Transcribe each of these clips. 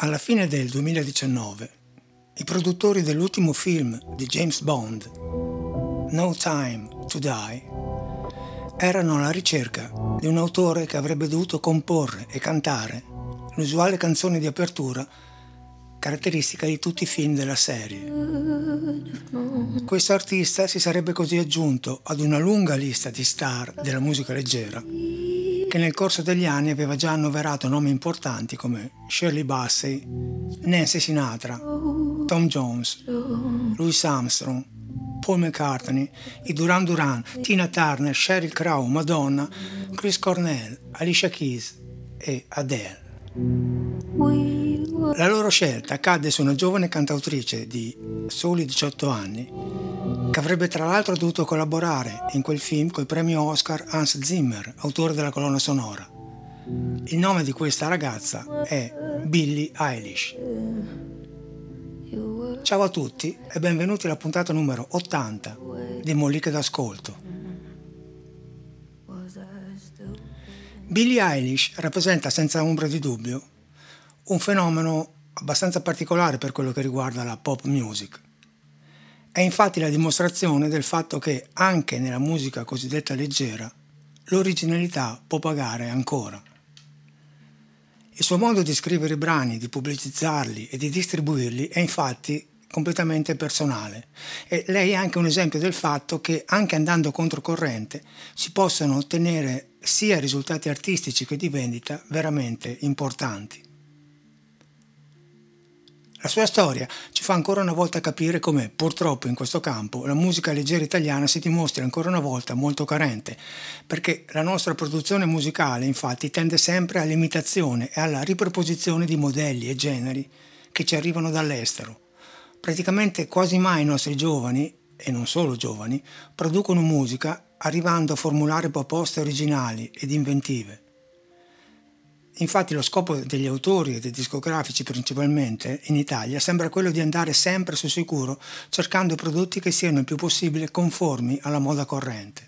Alla fine del 2019, i produttori dell'ultimo film di James Bond, No Time to Die, erano alla ricerca di un autore che avrebbe dovuto comporre e cantare l'usuale canzone di apertura caratteristica di tutti i film della serie. Questo artista si sarebbe così aggiunto ad una lunga lista di star della musica leggera che nel corso degli anni aveva già annoverato nomi importanti come Shirley Bassey, Nancy Sinatra, Tom Jones, Louis Armstrong, Paul McCartney, i Duran Duran, Tina Turner, Sheryl Crow, Madonna, Chris Cornell, Alicia Keys e Adele. La loro scelta cadde su una giovane cantautrice di soli 18 anni che avrebbe tra l'altro dovuto collaborare in quel film col premio Oscar Hans Zimmer, autore della colonna sonora. Il nome di questa ragazza è Billie Eilish. Ciao a tutti e benvenuti alla puntata numero 80 di Molliche d'Ascolto. Billie Eilish rappresenta senza ombra di dubbio un fenomeno abbastanza particolare per quello che riguarda la pop music. È infatti la dimostrazione del fatto che anche nella musica cosiddetta leggera l'originalità può pagare ancora. Il suo modo di scrivere i brani, di pubblicizzarli e di distribuirli è infatti completamente personale e lei è anche un esempio del fatto che anche andando controcorrente si possono ottenere sia risultati artistici che di vendita veramente importanti. La sua storia ci fa ancora una volta capire come, purtroppo in questo campo, la musica leggera italiana si dimostri ancora una volta molto carente, perché la nostra produzione musicale infatti tende sempre all'imitazione e alla riproposizione di modelli e generi che ci arrivano dall'estero. Praticamente quasi mai i nostri giovani, e non solo giovani, producono musica arrivando a formulare proposte originali ed inventive. Infatti lo scopo degli autori e dei discografici principalmente in Italia sembra quello di andare sempre sul sicuro cercando prodotti che siano il più possibile conformi alla moda corrente.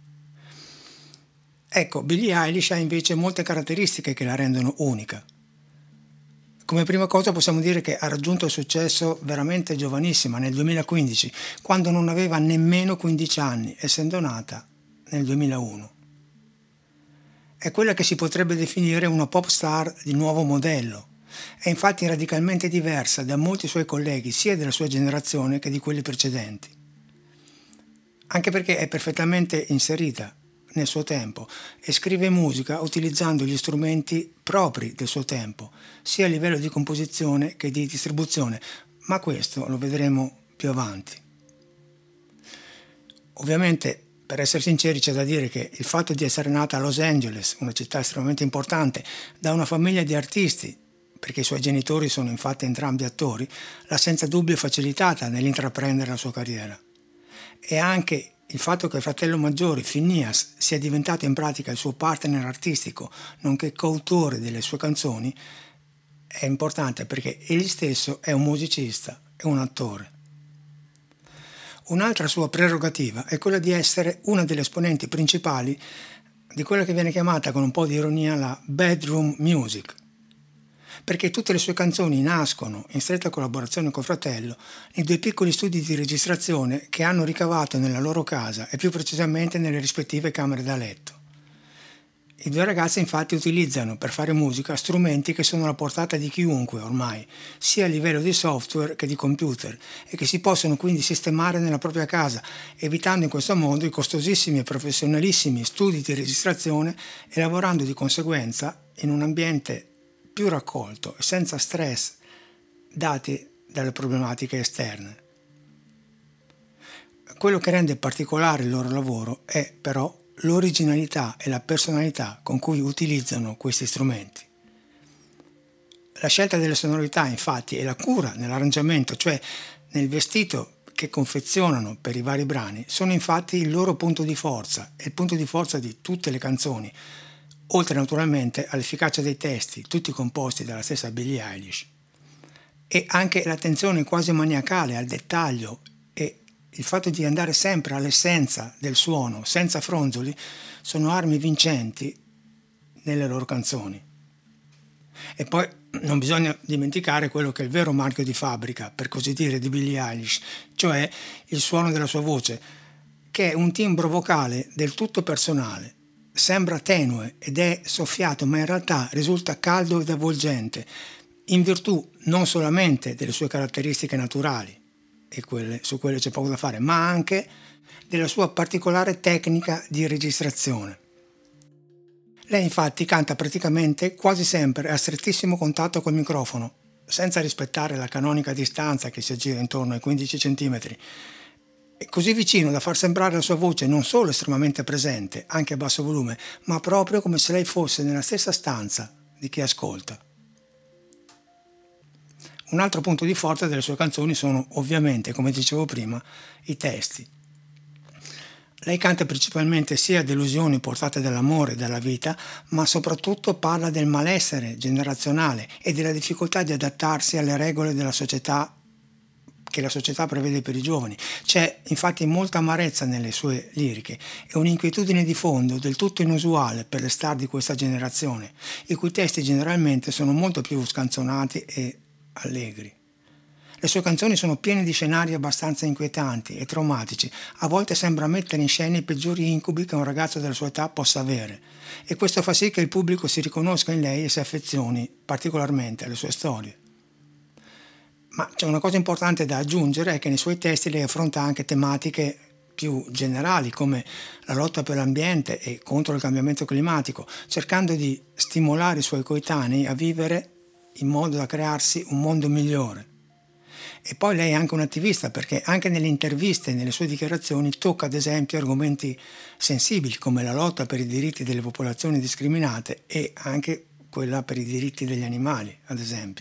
Ecco, Billie Eilish ha invece molte caratteristiche che la rendono unica. Come prima cosa possiamo dire che ha raggiunto il successo veramente giovanissima nel 2015, quando non aveva nemmeno 15 anni, essendo nata nel 2001. È quella che si potrebbe definire una pop star di nuovo modello. È infatti radicalmente diversa da molti suoi colleghi sia della sua generazione che di quelli precedenti. Anche perché è perfettamente inserita nel suo tempo e scrive musica utilizzando gli strumenti propri del suo tempo, sia a livello di composizione che di distribuzione, ma questo lo vedremo più avanti. Ovviamente, per essere sinceri, c'è da dire che il fatto di essere nata a Los Angeles, una città estremamente importante, da una famiglia di artisti, perché i suoi genitori sono infatti entrambi attori, l'ha senza dubbio facilitata nell'intraprendere la sua carriera. E anche il fatto che il fratello maggiore, Phineas, sia diventato in pratica il suo partner artistico, nonché coautore delle sue canzoni, è importante perché egli stesso è un musicista e un attore. Un'altra sua prerogativa è quella di essere una delle esponenti principali di quella che viene chiamata con un po' di ironia la bedroom music, perché tutte le sue canzoni nascono in stretta collaborazione col fratello nei due piccoli studi di registrazione che hanno ricavato nella loro casa e più precisamente nelle rispettive camere da letto. I due ragazzi infatti utilizzano per fare musica strumenti che sono alla portata di chiunque ormai, sia a livello di software che di computer, e che si possono quindi sistemare nella propria casa, evitando in questo modo i costosissimi e professionalissimi studi di registrazione e lavorando di conseguenza in un ambiente più raccolto e senza stress dati dalle problematiche esterne. Quello che rende particolare il loro lavoro è però l'originalità e la personalità con cui utilizzano questi strumenti. La scelta delle sonorità, infatti, e la cura nell'arrangiamento, cioè nel vestito che confezionano per i vari brani, sono infatti il loro punto di forza e il punto di forza di tutte le canzoni, oltre naturalmente all'efficacia dei testi, tutti composti dalla stessa Billie Eilish. E anche l'attenzione quasi maniacale al dettaglio e il fatto di andare sempre all'essenza del suono, senza fronzoli, sono armi vincenti nelle loro canzoni. E poi non bisogna dimenticare quello che è il vero marchio di fabbrica, per così dire, di Billie Eilish, cioè il suono della sua voce, che è un timbro vocale del tutto personale. Sembra tenue ed è soffiato, ma in realtà risulta caldo ed avvolgente, in virtù non solamente delle sue caratteristiche naturali, e su quelle c'è poco da fare, ma anche della sua particolare tecnica di registrazione. Lei infatti canta praticamente quasi sempre a strettissimo contatto col microfono, senza rispettare la canonica distanza che si aggira intorno ai 15 cm, e così vicino da far sembrare la sua voce non solo estremamente presente, anche a basso volume, ma proprio come se lei fosse nella stessa stanza di chi ascolta. Un altro punto di forza delle sue canzoni sono ovviamente, come dicevo prima, i testi. Lei canta principalmente sia delusioni portate dall'amore e dalla vita, ma soprattutto parla del malessere generazionale e della difficoltà di adattarsi alle regole della società che la società prevede per i giovani. C'è infatti molta amarezza nelle sue liriche e un'inquietudine di fondo del tutto inusuale per le star di questa generazione, i cui testi generalmente sono molto più scanzonati e allegri. Le sue canzoni sono piene di scenari abbastanza inquietanti e traumatici, a volte sembra mettere in scena i peggiori incubi che un ragazzo della sua età possa avere, e questo fa sì che il pubblico si riconosca in lei e si affezioni particolarmente alle sue storie. Ma c'è una cosa importante da aggiungere, è che nei suoi testi lei affronta anche tematiche più generali come la lotta per l'ambiente e contro il cambiamento climatico, cercando di stimolare i suoi coetanei a vivere in modo da crearsi un mondo migliore. E poi lei è anche un'attivista, perché anche nelle interviste e nelle sue dichiarazioni tocca ad esempio argomenti sensibili come la lotta per i diritti delle popolazioni discriminate e anche quella per i diritti degli animali, ad esempio.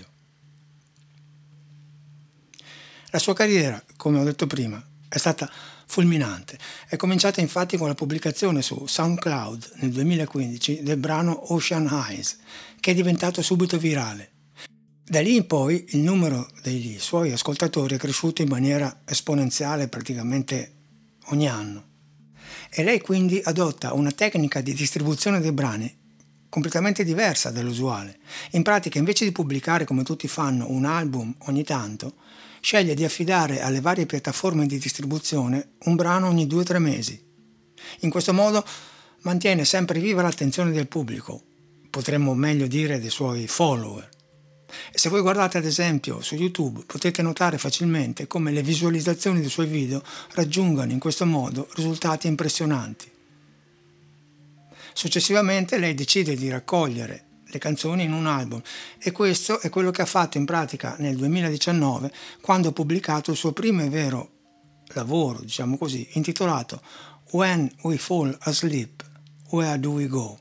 La sua carriera, come ho detto prima, è stata fulminante. È cominciata infatti con la pubblicazione su SoundCloud nel 2015 del brano Ocean Eyes, che è diventato subito virale. Da lì in poi il numero dei suoi ascoltatori è cresciuto in maniera esponenziale praticamente ogni anno. E lei quindi adotta una tecnica di distribuzione dei brani completamente diversa dall'usuale. In pratica, invece di pubblicare come tutti fanno un album ogni tanto, sceglie di affidare alle varie piattaforme di distribuzione un brano ogni 2 o 3 mesi. In questo modo mantiene sempre viva l'attenzione del pubblico, potremmo meglio dire dei suoi follower. E se voi guardate ad esempio su YouTube potete notare facilmente come le visualizzazioni dei suoi video raggiungano in questo modo risultati impressionanti. Successivamente lei decide di raccogliere le canzoni in un album e questo è quello che ha fatto in pratica nel 2019, quando ha pubblicato il suo primo e vero lavoro, diciamo così, intitolato When We Fall Asleep, Where Do We Go?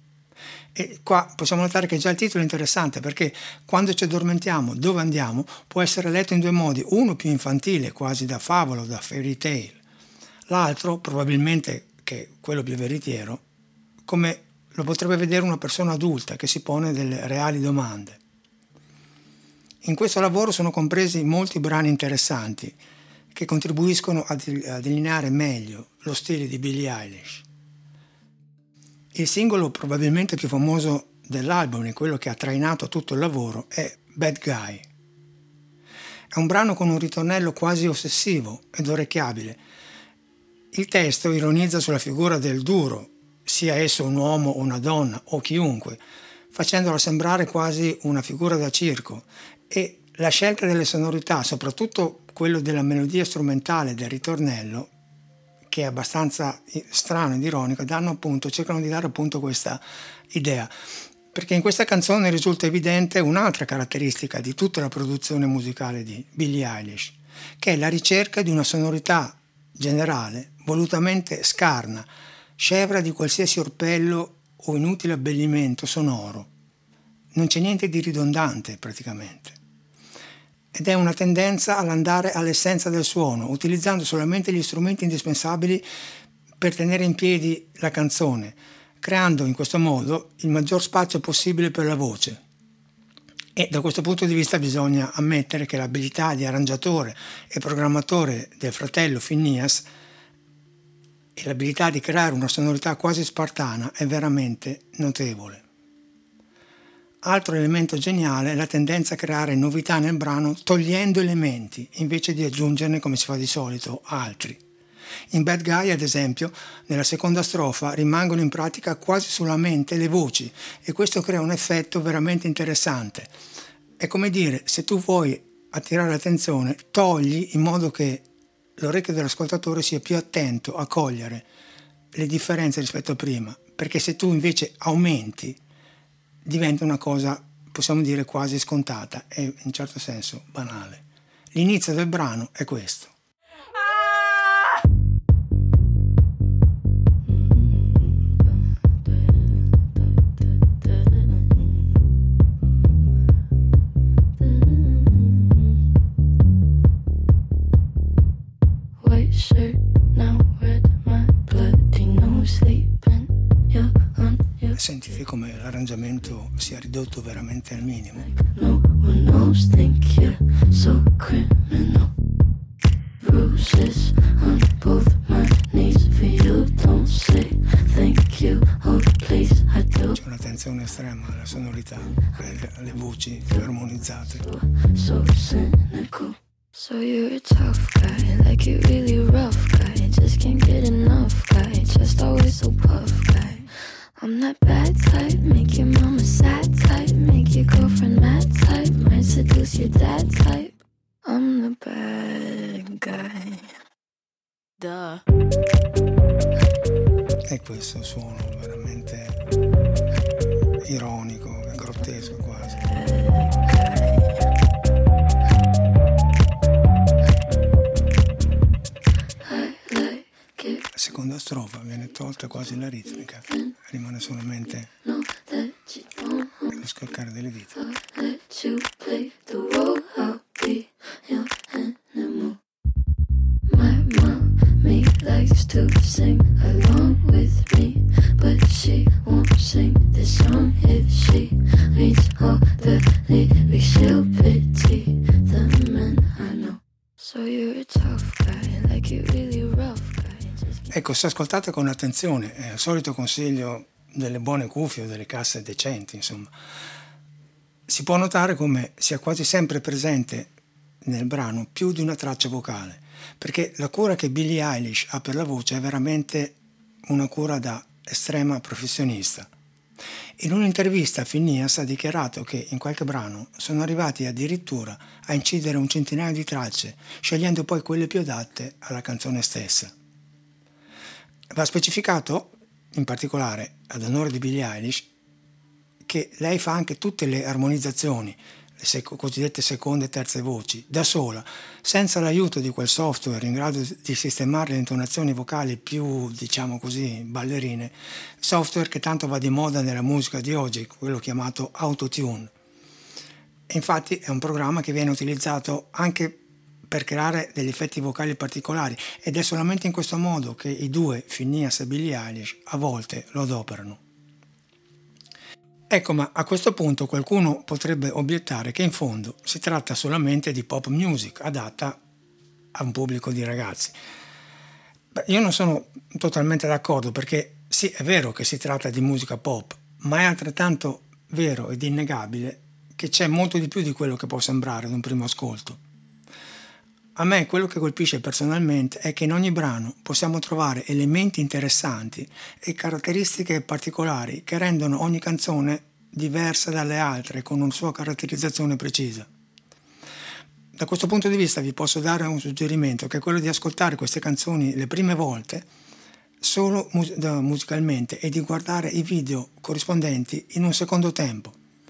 E qua possiamo notare che già il titolo è interessante, perché quando ci addormentiamo, dove andiamo, può essere letto in 2 modi, uno più infantile, quasi da favola o da fairy tale, l'altro, probabilmente che è quello più veritiero, come lo potrebbe vedere una persona adulta che si pone delle reali domande. In questo lavoro sono compresi molti brani interessanti che contribuiscono a delineare meglio lo stile di Billie Eilish. Il singolo probabilmente più famoso dell'album e quello che ha trainato tutto il lavoro è Bad Guy. È un brano con un ritornello quasi ossessivo ed orecchiabile. Il testo ironizza sulla figura del duro, sia esso un uomo o una donna o chiunque, facendola sembrare quasi una figura da circo, e la scelta delle sonorità, soprattutto quello della melodia strumentale del ritornello, che è abbastanza strano ed ironico, cercano di dare appunto questa idea, perché in questa canzone risulta evidente un'altra caratteristica di tutta la produzione musicale di Billie Eilish, che è la ricerca di una sonorità generale, volutamente scarna, scevra di qualsiasi orpello o inutile abbellimento sonoro. Non c'è niente di ridondante praticamente. Ed è una tendenza all'andare all'essenza del suono, utilizzando solamente gli strumenti indispensabili per tenere in piedi la canzone, creando in questo modo il maggior spazio possibile per la voce. E da questo punto di vista bisogna ammettere che l'abilità di arrangiatore e programmatore del fratello Finneas e l'abilità di creare una sonorità quasi spartana è veramente notevole. Altro elemento geniale è la tendenza a creare novità nel brano togliendo elementi invece di aggiungerne, come si fa di solito, altri. In Bad Guy, ad esempio, nella seconda strofa rimangono in pratica quasi solamente le voci e questo crea un effetto veramente interessante. È come dire, se tu vuoi attirare l'attenzione, togli in modo che l'orecchio dell'ascoltatore sia più attento a cogliere le differenze rispetto a prima, perché se tu invece aumenti diventa una cosa, possiamo dire, quasi scontata e in un certo senso banale. L'inizio del brano è questo. Sentite come l'arrangiamento sia ridotto veramente al minimo. No one knows, think you're so criminal. Bruises on both my knees for you, don't say thank you, oh please I do. C'è un'attenzione estrema alla sonorità, alle voci armonizzate. So cynical. So you're a tough guy, like you really rough guy, just can't get enough guy, just always so puff guy. I'm that bad type, make your mama sad type, make your girlfriend mad type, might seduce your dad type. I'm the bad guy. Duh. E questo suono veramente ironico, grottesco quasi. La seconda strofa viene tolta quasi la ritmica, rimane solamente lo scoccare delle dita. My mommy likes to sing along with me, but she won't sing this song if she reads all the lyrics. She'll pity the men I know. So you're a tough guy, like you really rough guy. Ecco, se ascoltate con attenzione, è il solito consiglio delle buone cuffie o delle casse decenti, insomma, si può notare come sia quasi sempre presente nel brano più di una traccia vocale, perché la cura che Billie Eilish ha per la voce è veramente una cura da estrema professionista. In un'intervista Finneas ha dichiarato che in qualche brano sono arrivati addirittura a incidere un centinaio di tracce, scegliendo poi quelle più adatte alla canzone stessa. Va specificato, in particolare ad onore di Billie Eilish, che lei fa anche tutte le armonizzazioni, le cosiddette seconde e terze voci, da sola, senza l'aiuto di quel software in grado di sistemare le intonazioni vocali più, diciamo così, ballerine, software che tanto va di moda nella musica di oggi, quello chiamato Autotune. Infatti è un programma che viene utilizzato anche per creare degli effetti vocali particolari ed è solamente in questo modo che i due, Finneas e Billie Eilish, a volte lo adoperano. Ecco, ma a questo punto qualcuno potrebbe obiettare che in fondo si tratta solamente di pop music adatta a un pubblico di ragazzi. Io non sono totalmente d'accordo, perché sì, è vero che si tratta di musica pop, ma è altrettanto vero ed innegabile che c'è molto di più di quello che può sembrare ad un primo ascolto. A me quello che colpisce personalmente è che in ogni brano possiamo trovare elementi interessanti e caratteristiche particolari che rendono ogni canzone diversa dalle altre, con una sua caratterizzazione precisa. Da questo punto di vista vi posso dare un suggerimento, che è quello di ascoltare queste canzoni le prime volte solo musicalmente e di guardare i video corrispondenti in un secondo tempo.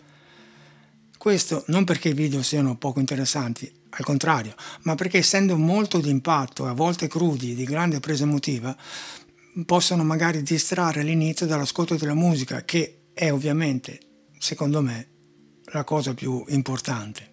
Questo non perché i video siano poco interessanti, al contrario, ma perché essendo molto di impatto e a volte crudi e di grande presa emotiva, possono magari distrarre all'inizio dall'ascolto della musica, che è ovviamente, secondo me, la cosa più importante.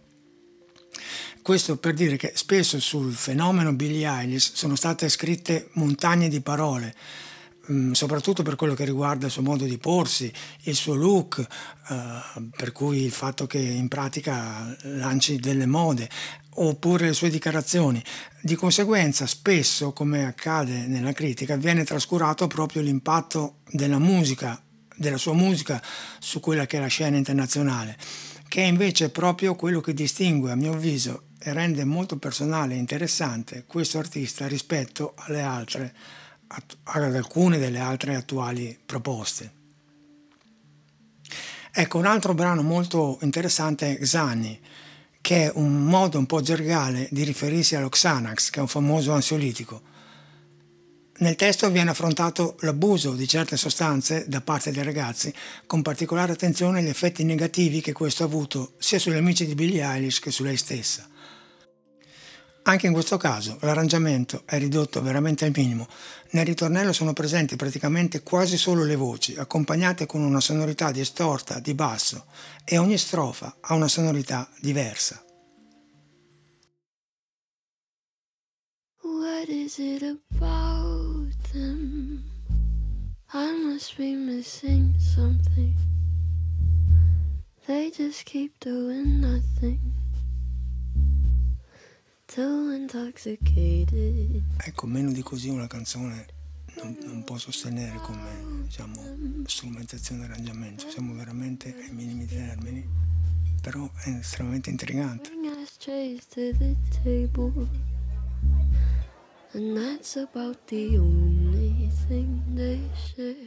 Questo per dire che spesso sul fenomeno Billie Eilish sono state scritte montagne di parole, soprattutto per quello che riguarda il suo modo di porsi, il suo look, per cui il fatto che in pratica lanci delle mode, oppure le sue dichiarazioni. Di conseguenza spesso, come accade nella critica, viene trascurato proprio l'impatto della musica della sua musica su quella che è la scena internazionale, che è invece proprio quello che distingue, a mio avviso, e rende molto personale e interessante questo artista rispetto ad alcune delle altre attuali proposte. Ecco, un altro brano molto interessante è Xani, che è un modo un po' gergale di riferirsi allo Xanax, che è un famoso ansiolitico. Nel testo viene affrontato l'abuso di certe sostanze da parte dei ragazzi, con particolare attenzione agli effetti negativi che questo ha avuto sia sugli amici di Billie Eilish che su lei stessa. Anche in questo caso l'arrangiamento è ridotto veramente al minimo. Nel ritornello sono presenti praticamente quasi solo le voci, accompagnate con una sonorità distorta di basso, e ogni strofa ha una sonorità diversa. What is it about them? I must be missing something. They just keep doing nothing. Too intoxicated. Ecco, meno di così una canzone non può sostenere come, diciamo, strumentazione e arrangiamento. Siamo veramente ai minimi termini, però è estremamente intrigante. Bring ashtrays to the table. And that's about the only thing they share.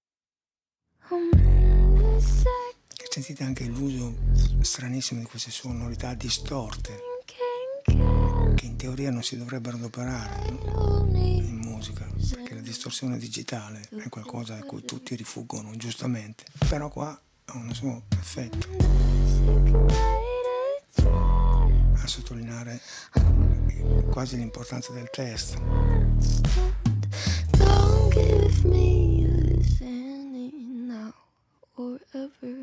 Sentite anche l'uso stranissimo di queste sonorità distorte, che in teoria non si dovrebbero adoperare, no? In musica, perché la distorsione digitale è qualcosa a cui tutti rifuggono giustamente, però qua ha un suo effetto a sottolineare quasi l'importanza del testo. Don't give me any now or ever.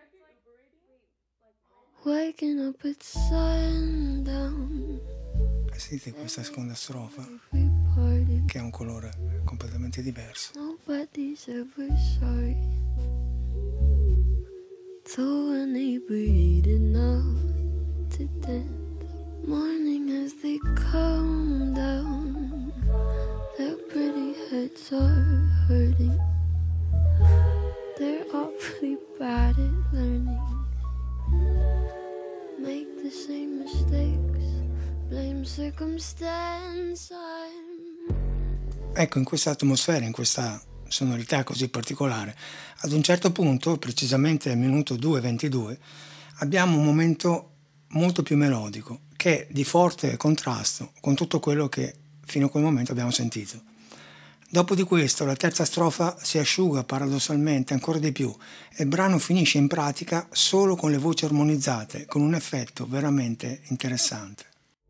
Waking up at sundown. Sentite questa seconda strofa Every party. che ha un colore completamente diverso. Nobody's ever sorry. Too inebriated now to dance. Morning as they come down. Their pretty heads are hurting. They're awfully bad at learning. Make the same mistakes. Blame circumstance. Ecco, in questa atmosfera, in questa sonorità così particolare, ad un certo punto, precisamente al minuto 2:22, abbiamo un momento molto più melodico, che è di forte contrasto con tutto quello che fino a quel momento abbiamo sentito. Dopo di questo la terza strofa si asciuga paradossalmente ancora di più e il brano finisce in pratica solo con le voci armonizzate, con un effetto veramente interessante.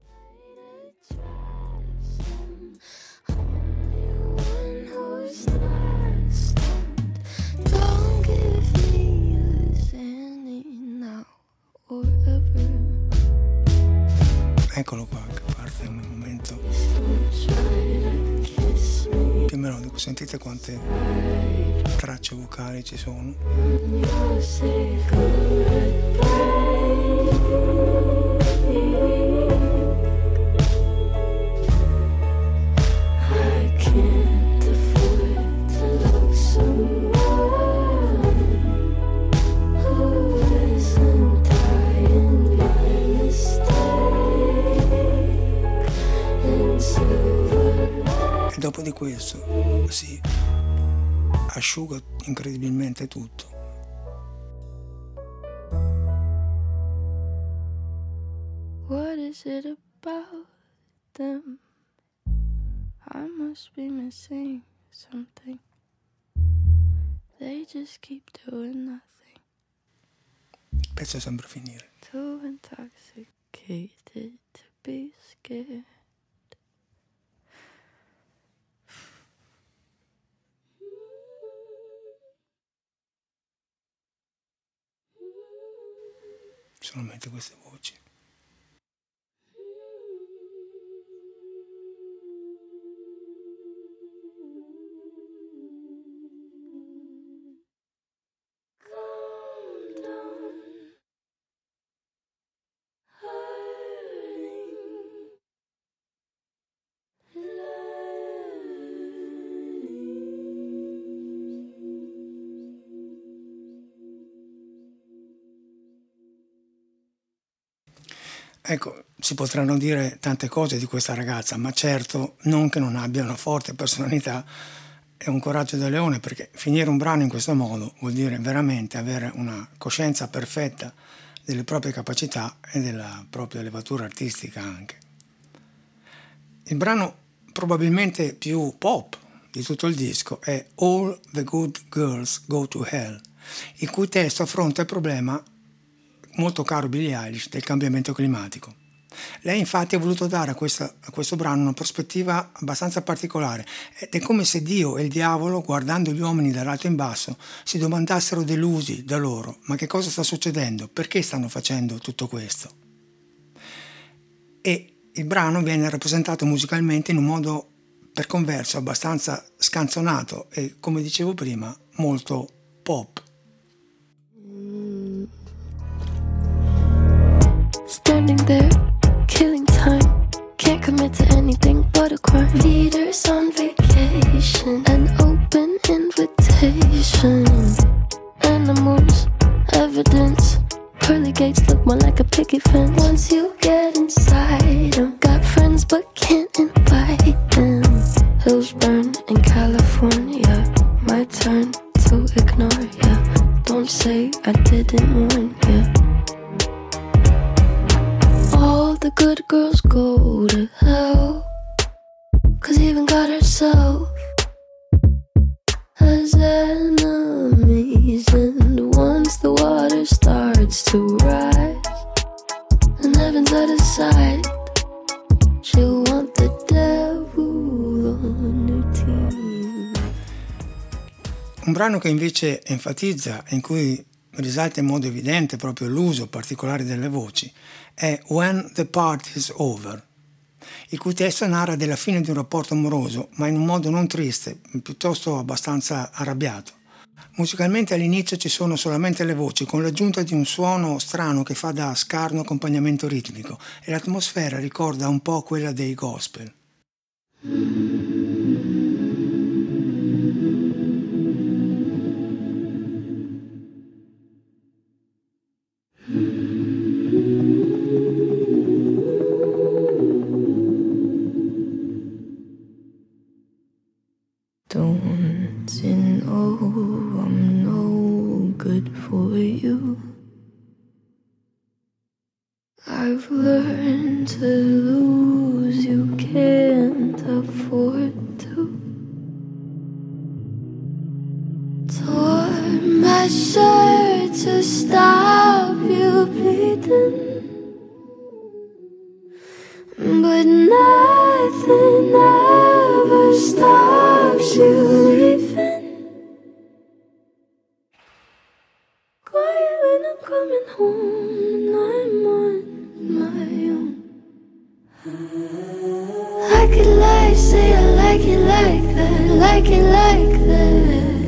Eccolo qua che parte un momento più melodico. Sentite quante tracce vocali ci sono. E dopo di questo si asciuga incredibilmente tutto. What is it about them? I must be missing something. They just keep doing nothing. Il pezzo sembra finire. Too intoxicated to be scared. Solamente queste voci. Ecco, si potranno dire tante cose di questa ragazza, ma certo non che non abbia una forte personalità e un coraggio da leone, perché finire un brano in questo modo vuol dire veramente avere una coscienza perfetta delle proprie capacità e della propria levatura artistica anche. Il brano probabilmente più pop di tutto il disco è All the Good Girls Go to Hell, il cui testo affronta il problema molto caro a Billie Eilish del cambiamento climatico. Lei infatti ha voluto dare a questo brano una prospettiva abbastanza particolare ed è come se Dio e il diavolo, guardando gli uomini dall'alto in basso, si domandassero delusi da loro: ma che cosa sta succedendo? Perché stanno facendo tutto questo? E il brano viene rappresentato musicalmente in un modo per converso abbastanza scanzonato e, come dicevo prima, molto pop. Standing there, killing time. Can't commit to anything but a crime. Leaders on vacation, an open invitation. Animals, evidence. Pearly gates look more like a picket fence. Once you get inside them, got friends but can't invite them. Hills burn in California. My turn to ignore ya. Don't say I didn't warn ya. All the good girls go to hell, 'cause even God herself has enemies. And once the water starts to rise and heaven's out of sight, she'll want the devil on her team. Un brano che invece enfatizza e in cui risalta in modo evidente proprio l'uso particolare delle voci è When the Party's Over, il cui testo narra della fine di un rapporto amoroso, ma in un modo non triste, piuttosto abbastanza arrabbiato. Musicalmente all'inizio ci sono solamente le voci, con l'aggiunta di un suono strano che fa da scarno accompagnamento ritmico, e l'atmosfera ricorda un po' quella dei gospel. Don't you know I'm no good for you? I've learned to lose, you can't afford to. Tore my shirt to stop you bleeding, but nothing ever stops you leaving. Quiet when I'm coming home and I'm on my own. I could lie, say I like it like that, like it like that.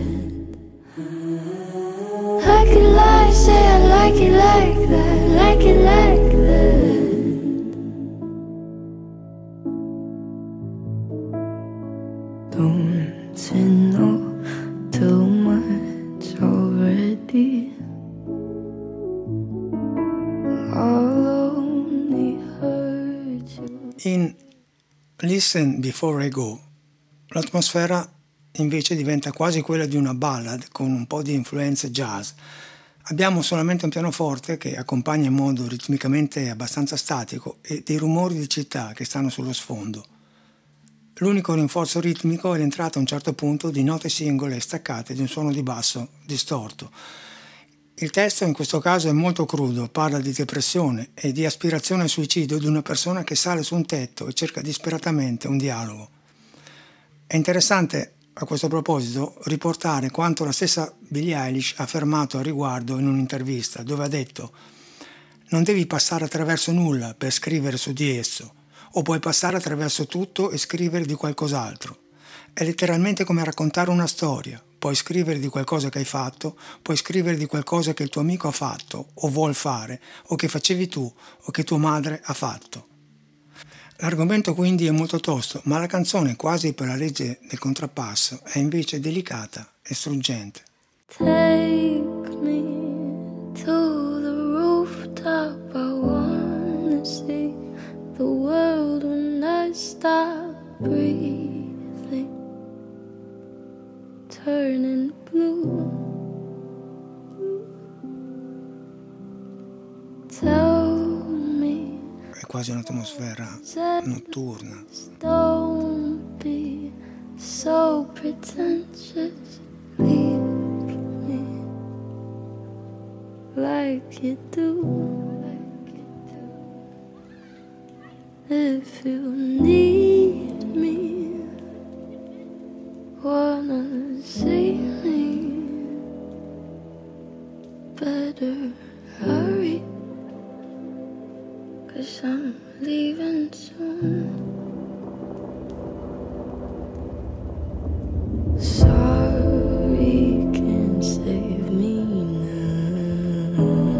I could lie, say I like it like that, like it like that. Don't you know too much already? I'll only hurt you. In Listen Before I Go, l'atmosfera invece diventa quasi quella di una ballad con un po' di influenze jazz. Abbiamo solamente un pianoforte che accompagna in modo ritmicamente abbastanza statico e dei rumori di città che stanno sullo sfondo. L'unico rinforzo ritmico è l'entrata a un certo punto di note singole e staccate di un suono di basso distorto. Il testo in questo caso è molto crudo, parla di depressione e di aspirazione al suicidio di una persona che sale su un tetto e cerca disperatamente un dialogo. È interessante a questo proposito riportare quanto la stessa Billie Eilish ha affermato al riguardo in un'intervista, dove ha detto: «Non devi passare attraverso nulla per scrivere su di esso, o puoi passare attraverso tutto e scrivere di qualcos'altro. È letteralmente come raccontare una storia. Puoi scrivere di qualcosa che hai fatto, puoi scrivere di qualcosa che il tuo amico ha fatto o vuol fare, o che facevi tu o che tua madre ha fatto». L'argomento quindi è molto tosto, ma la canzone, quasi per la legge del contrappasso, è invece delicata e struggente. Take me to the rooftop, I wanna see stop breathing, turning blue. Tell me, è quasi un'atmosfera notturna. don't be so pretentious, leave me like you do. If you need me, wanna see me, better hurry, 'cause I'm leaving soon. Sorry can't save me now.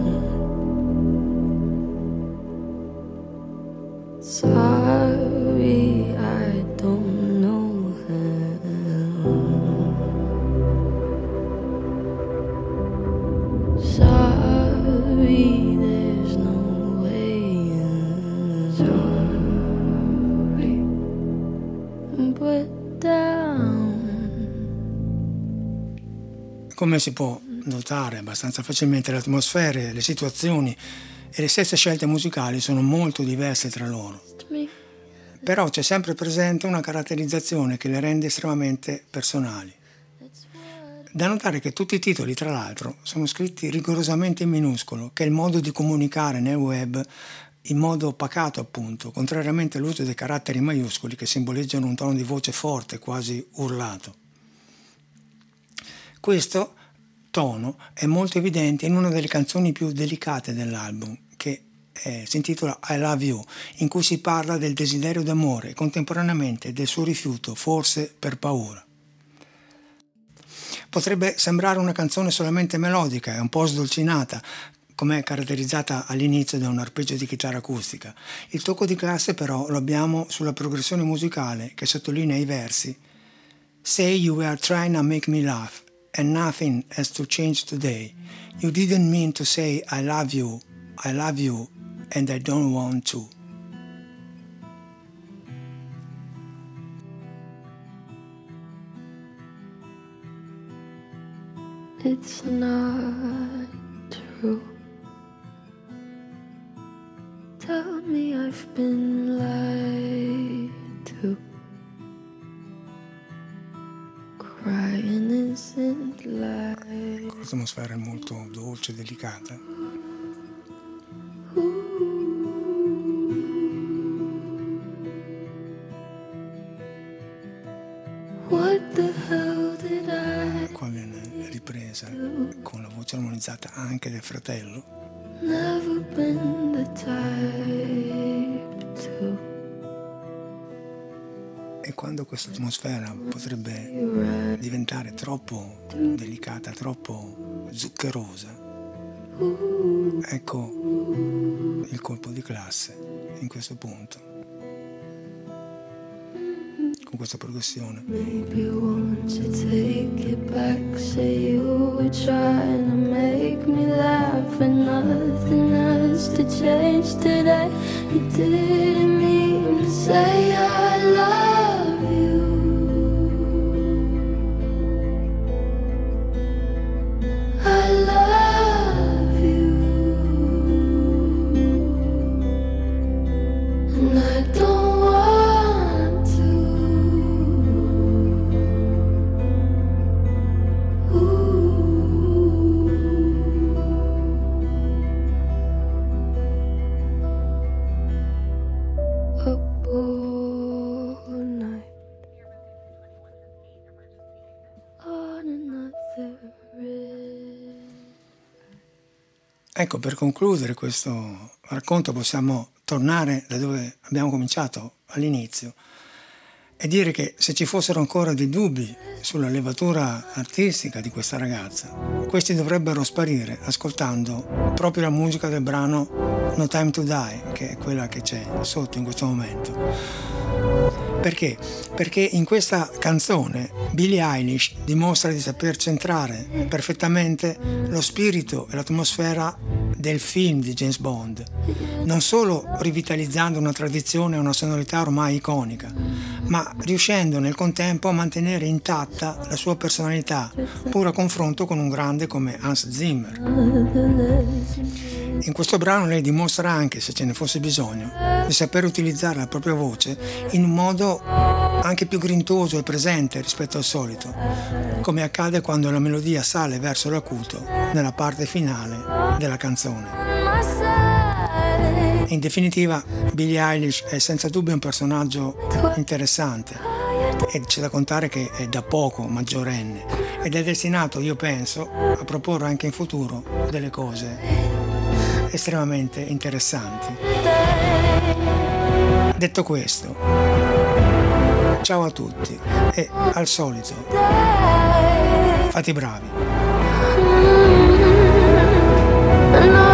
Sorry, I don't know how. Sorry, there's no way out. Sorry, but down. Come si può notare abbastanza facilmente, le atmosfere, le situazioni e le stesse scelte musicali sono molto diverse tra loro. Però c'è sempre presente una caratterizzazione che le rende estremamente personali. Da notare che tutti i titoli, tra l'altro, sono scritti rigorosamente in minuscolo, che è il modo di comunicare nel web in modo pacato, appunto, contrariamente all'uso dei caratteri maiuscoli che simboleggiano un tono di voce forte, quasi urlato. Questo tono è molto evidente in una delle canzoni più delicate dell'album, che si intitola I Love You, in cui si parla del desiderio d'amore e contemporaneamente del suo rifiuto, forse per paura. Potrebbe sembrare una canzone solamente melodica e un po' sdolcinata, come è caratterizzata all'inizio da un arpeggio di chitarra acustica. Il tocco di classe però lo abbiamo sulla progressione musicale che sottolinea i versi Say you were trying to make me laugh and nothing has to change today. You didn't mean to say I love you, and I don't want to. It's not true. Tell me I've been lied to. Crying isn't life. L'atmosfera è molto dolce e delicata. What the hell did I Qua viene ripresa con la voce armonizzata anche del fratello. never been the type to. E quando questa atmosfera potrebbe diventare troppo delicata, troppo zuccherosa, ecco il colpo di classe in questo punto, con questa progressione. Maybe won't you take it back? Say you were trying to make me laugh and nothing has to change today. You didn't mean to say I love you. I love you. And I don't want to. Up all night on another red. Ecco, per concludere questo racconto possiamo tornare da dove abbiamo cominciato all'inizio e dire che se ci fossero ancora dei dubbi sulla levatura artistica di questa ragazza, questi dovrebbero sparire ascoltando proprio la musica del brano No Time to Die, che è quella che c'è sotto in questo momento. Perché? Perché in questa canzone Billie Eilish dimostra di saper centrare perfettamente lo spirito e l'atmosfera del film di James Bond, non solo rivitalizzando una tradizione e una sonorità ormai iconica, ma riuscendo nel contempo a mantenere intatta la sua personalità, pur a confronto con un grande come Hans Zimmer. In questo brano lei dimostra anche, se ce ne fosse bisogno, di saper utilizzare la propria voce in un modo anche più grintoso e presente rispetto al solito, come accade quando la melodia sale verso l'acuto nella parte finale della canzone. In definitiva, Billie Eilish è senza dubbio un personaggio interessante e c'è da contare che è da poco maggiorenne ed è destinato, io penso, a proporre anche in futuro delle cose estremamente interessanti. Detto questo, ciao a tutti e al solito fate i bravi.